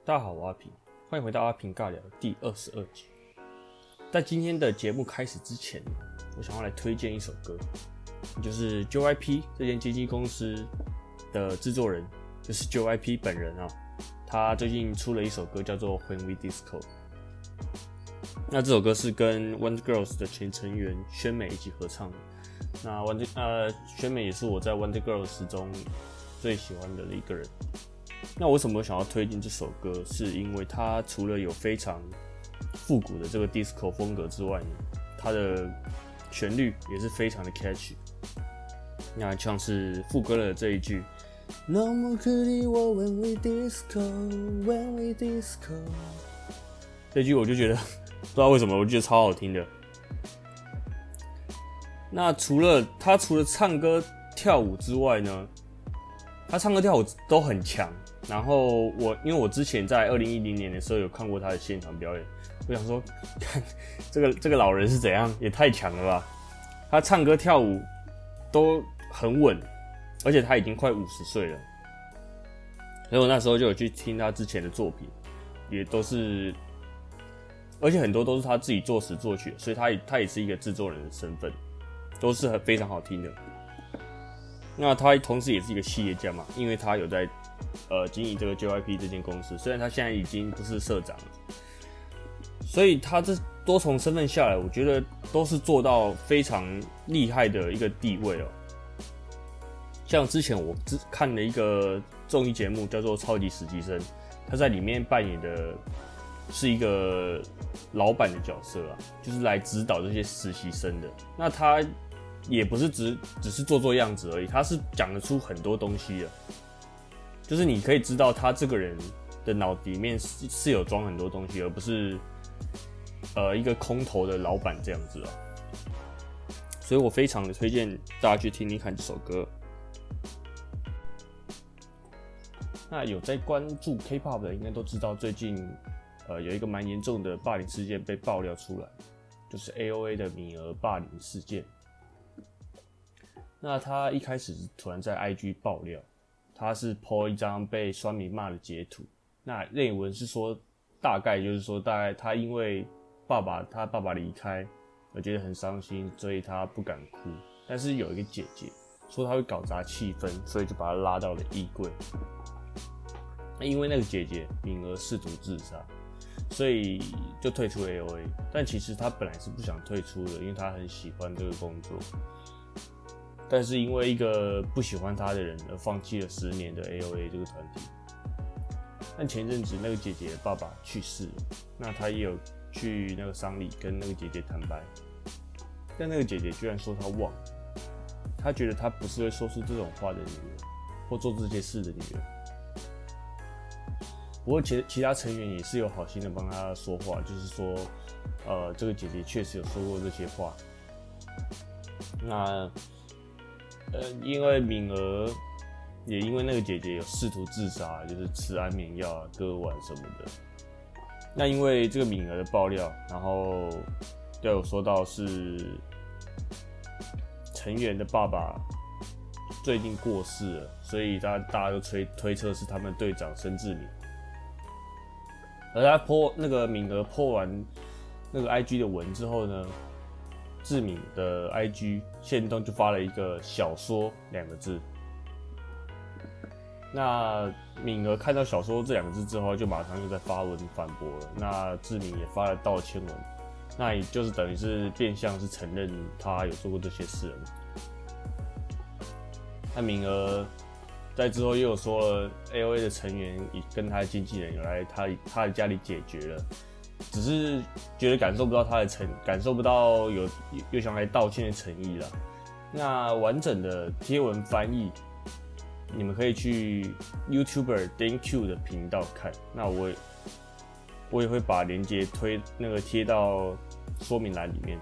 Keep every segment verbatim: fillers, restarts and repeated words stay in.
大家好，我阿平，欢迎回到阿平尬聊第二十二集。在今天的节目开始之前，我想要来推荐一首歌，就是 J Y P 这间经纪公司的制作人，就是 J Y P 本人啊、喔。他最近出了一首歌，叫做《When We Disco》。那这首歌是跟 Wonder Girls 的前成员宣美一起合唱的。那 Wonder 呃，宣美也是我在 Wonder Girls 中最喜欢的一个人。那我为什么想要推荐这首歌？是因为它除了有非常复古的这个 disco 风格之外呢，它的旋律也是非常的 catchy。那像是副歌的这一句 "No more could it walk when we disco, when we disco"， 这句我就觉得不知道为什么，我觉得超好听的。那除了他除了唱歌跳舞之外呢，他唱歌跳舞都很强。然后我因为我之前在二零一零年的时候有看过他的现场表演，我想说，看这个这个老人是怎样，也太强了吧！他唱歌跳舞都很稳，而且他已经快五十岁了。所以我那时候就有去听他之前的作品，也都是，而且很多都是他自己作词作曲的，所以他也他也是一个制作人的身份，都是很非常好听的。那他同时也是一个企业家嘛，因为他有在呃经营这个 J Y P 这间公司，虽然他现在已经不是社长了，所以他这多重身份下来，我觉得都是做到非常厉害的一个地位哦。像之前我看了一个综艺节目叫做《超级实习生》，他在里面扮演的是一个老板的角色啊，就是来指导这些实习生的。那他也不是只只是做做样子而已，他是讲得出很多东西的，就是你可以知道他这个人的脑里面是是有装很多东西，而不是呃一个空头的老板这样子啊。所以我非常的推荐大家去听听看这首歌。那有在关注 K-pop 的应该都知道，最近呃有一个蛮严重的霸凌事件被爆料出来，就是 A O A 的米儿霸凌事件。那他一开始突然在 I G 爆料，他是 po 一张被酸民骂的截图。那内文是说，大概就是说，大概他因为爸爸他爸爸离开，我觉得很伤心，所以他不敢哭。但是有一个姐姐说他会搞砸气氛，所以就把他拉到了衣柜。那因为那个姐姐敏儿试图自杀，所以就退出 A O A。但其实他本来是不想退出的，因为他很喜欢这个工作。但是因为一个不喜欢他的人而放弃了十年的 A O A 这个团体。但前阵子那个姐姐的爸爸去世了，那他也有去那个丧礼跟那个姐姐坦白，但那个姐姐居然说她忘了，她觉得她不是会说出这种话的女人，或做这些事的女人。不过其其他成员也是有好心的帮她说话，就是说，呃，这个姐姐确实有说过这些话。那。呃，因为敏儿也因为那个姐姐有试图自杀，就是吃安眠药啊、割腕什么的。那因为这个敏儿的爆料，然后都有说到是成员的爸爸最近过世了，所以大家大家都推推测是他们队长申智敏。而他 po 那个敏儿 po 完那个 I G 的文之后呢？志敏的 I G 限动就发了一个小说两个字，那敏儿看到小说这两个字之后，就马上就在发文反驳了。那志敏也发了道歉文，那也就是等于是变相是承认他有做过这些事了。那敏儿在之后又有说了 A O A 的成员跟他的经纪人有来他他的家里解决了。只是觉得感受不到他的诚，感受不到有又想来道歉的诚意啦。那完整的贴文翻译，你们可以去 YouTuber DanQ 的频道看。那我也我也会把连结推那个贴到说明栏里面。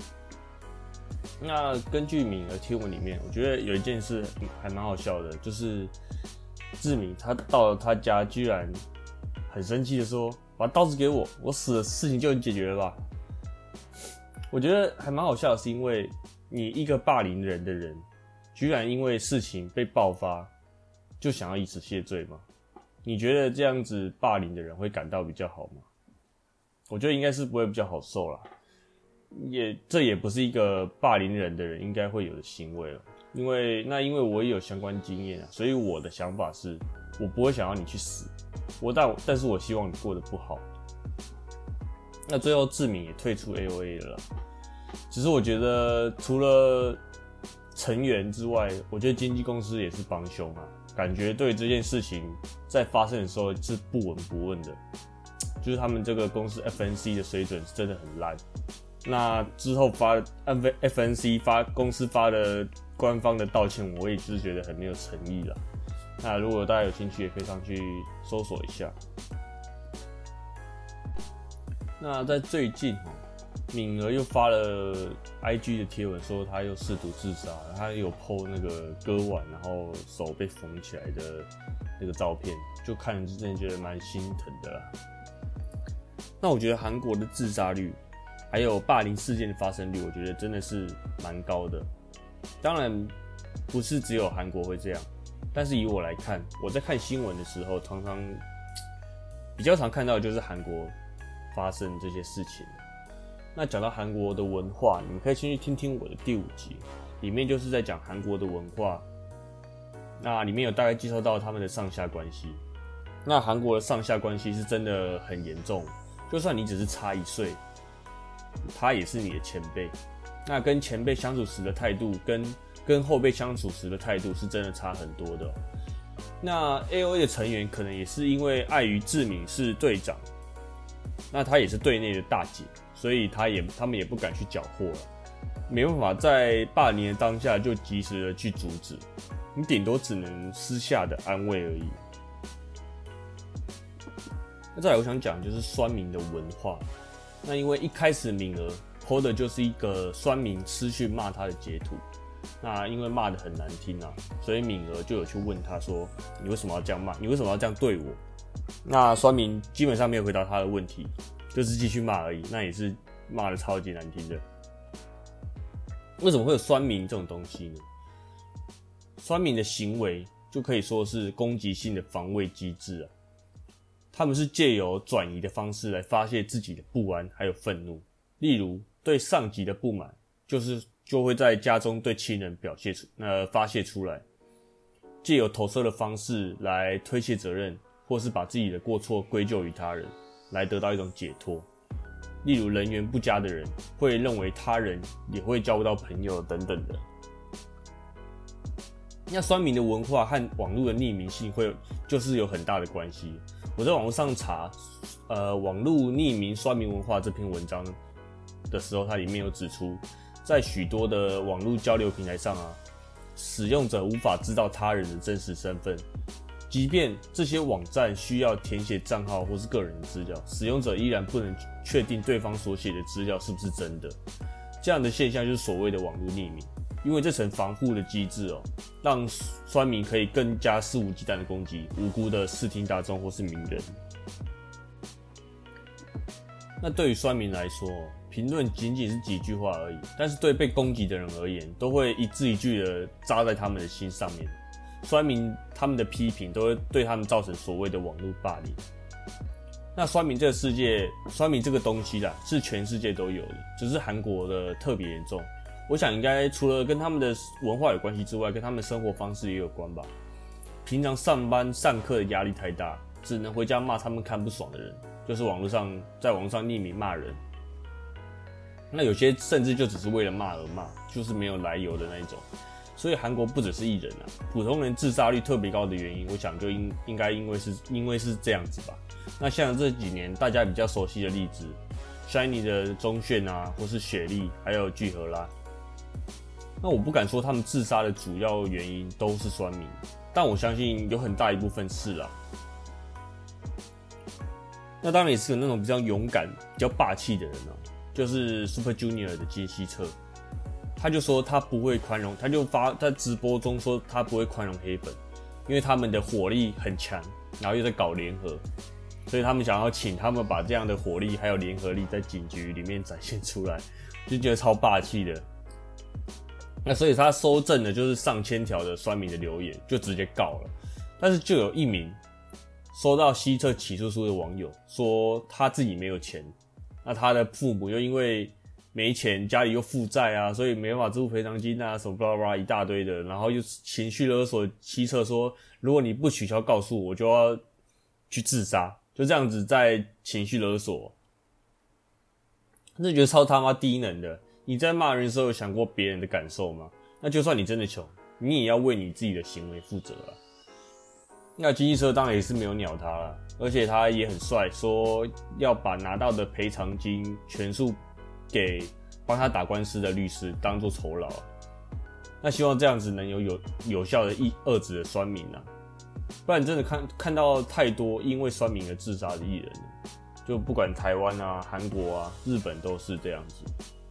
那根据敏儿贴文里面，我觉得有一件事还蛮好笑的，就是志敏他到了他家，居然很生气的说。把刀子给我，我死了，事情就能解决了吧？我觉得还蛮好笑的，是因为你一个霸凌人的人，居然因为事情被爆发，就想要以此谢罪吗？ 你觉得这样子霸凌的人会感到比较好吗？我觉得应该是不会比较好受啦。也这也不是一个霸凌人的人应该会有的行为了，因为那因为我也有相关经验啊，所以我的想法是，我不会想要你去死，我但但是我希望你过得不好。那最后志敏也退出 A O A 了啦，只是我觉得除了成员之外，我觉得经纪公司也是帮凶啊，感觉对这件事情在发生的时候是不闻不问的，就是他们这个公司 F N C 的水准是真的很烂。那之后发 F N C 发公司发的官方的道歉，我也就是觉得很没有诚意啦。那如果大家有兴趣，也可以上去搜索一下。那在最近，敏儿又发了 I G 的贴文，说他又试图自杀，他有 po 那个割腕，然后手被缝起来的那个照片，就看着真的觉得蛮心疼的啦。那我觉得韩国的自杀率，还有霸凌事件的发生率，我觉得真的是蛮高的。当然，不是只有韩国会这样，但是以我来看，我在看新闻的时候，常常比较常看到的就是韩国发生这些事情。那讲到韩国的文化，你们可以先去听听我的第五集，里面就是在讲韩国的文化。那里面有大概介绍到他们的上下关系。那韩国的上下关系是真的很严重，就算你只是差一岁，他也是你的前辈。那跟前辈相处时的态度，跟跟后辈相处时的态度是真的差很多的哦。那 A O A 的成员可能也是因为碍于志敏是队长，那他也是队内的大姐，所以他也他们也不敢去缴获了，没办法在霸凌的当下就及时的去阻止，你顶多只能私下的安慰而已。那再来我想讲就是酸民的文化。那因为一开始敏儿 po 的就是一个酸民私讯骂他的截图，那因为骂得很难听啊，所以敏儿就有去问他说，你为什么要这样骂？你为什么要这样对我？那酸民基本上没有回答他的问题，就是继续骂而已，那也是骂得超级难听的。为什么会有酸民这种东西呢？酸民的行为就可以说是攻击性的防卫机制啊，他们是借由转移的方式来发泄自己的不安还有愤怒，例如对上级的不满，就是就会在家中对亲人表现出呃发泄出来，借由投射的方式来推卸责任，或是把自己的过错归咎于他人，来得到一种解脱。例如人缘不佳的人会认为他人也会交不到朋友等等的。那酸民的文化和网络的匿名性会就是有很大的关系。我在网络上查，呃，网络匿名酸民文化这篇文章的时候，它里面有指出，在许多的网络交流平台上啊，使用者无法知道他人的真实身份，即便这些网站需要填写账号或是个人的资料，使用者依然不能确定对方所写的资料是不是真的。这样的现象就是所谓的网络匿名。因为这层防护的机制哦，让酸民可以更加肆无忌惮的攻击无辜的视听大众或是名人。那对于酸民来说，评论仅仅是几句话而已，但是对被攻击的人而言，都会一字一句的扎在他们的心上面。酸民他们的批评都会对他们造成所谓的网络霸凌。那酸民这个世界，酸民这个东西啦，是全世界都有的，只是韩国的特别严重。我想应该除了跟他们的文化有关系之外，跟他们的生活方式也有关吧。平常上班上课的压力太大，只能回家骂他们看不爽的人，就是网络上在网络上匿名骂人。那有些甚至就只是为了骂而骂，就是没有来由的那一种。所以韩国不只是艺人啊，普通人自杀率特别高的原因，我想就应应该因为是因为是这样子吧。那像这几年大家比较熟悉的例子 ，Shiny 的钟铉啊，或是雪莉，还有具荷拉。那我不敢说他们自杀的主要原因都是酸民，但我相信有很大一部分是啦。那当然也是有那种比较勇敢、比较霸气的人哦、喔，就是 Super Junior 的金希澈，他就说他不会宽容，他就发在直播中说他不会宽容黑粉，因为他们的火力很强，然后又在搞联合，所以他们想要请他们把这样的火力还有联合力在警局里面展现出来，就觉得超霸气的。那所以他收证的就是上千条的酸民的留言，就直接告了。但是就有一名收到希特起诉书的网友说他自己没有钱，那他的父母又因为没钱，家里又负债啊，所以没办法支付赔偿金啊，什么巴拉巴拉一大堆的，然后又情绪勒索希特说，如果你不取消告诉我，就要去自杀，就这样子在情绪勒索，真的觉得超他妈低能的。你在骂人的时候有想过别人的感受吗？那就算你真的穷，你也要为你自己的行为负责啊。那经纪社当然也是没有鸟他了，而且他也很帅，说要把拿到的赔偿金全数给帮他打官司的律师当做酬劳。那希望这样子能有有有效的遏制的酸民啊，不然真的看看到太多因为酸民而自杀的艺人了，就不管台湾啊、韩国啊、日本都是这样子。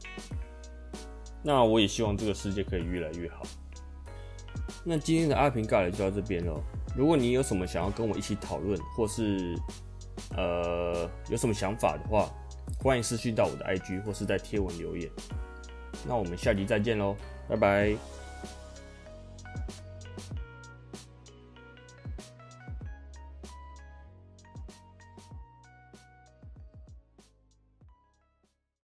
那我也希望这个世界可以越来越好。那今天的阿平尬聊就到这边咯。如果你有什么想要跟我一起讨论，或是呃有什么想法的话，欢迎私讯到我的 I G 或是在贴文留言。那我们下集再见咯，拜拜。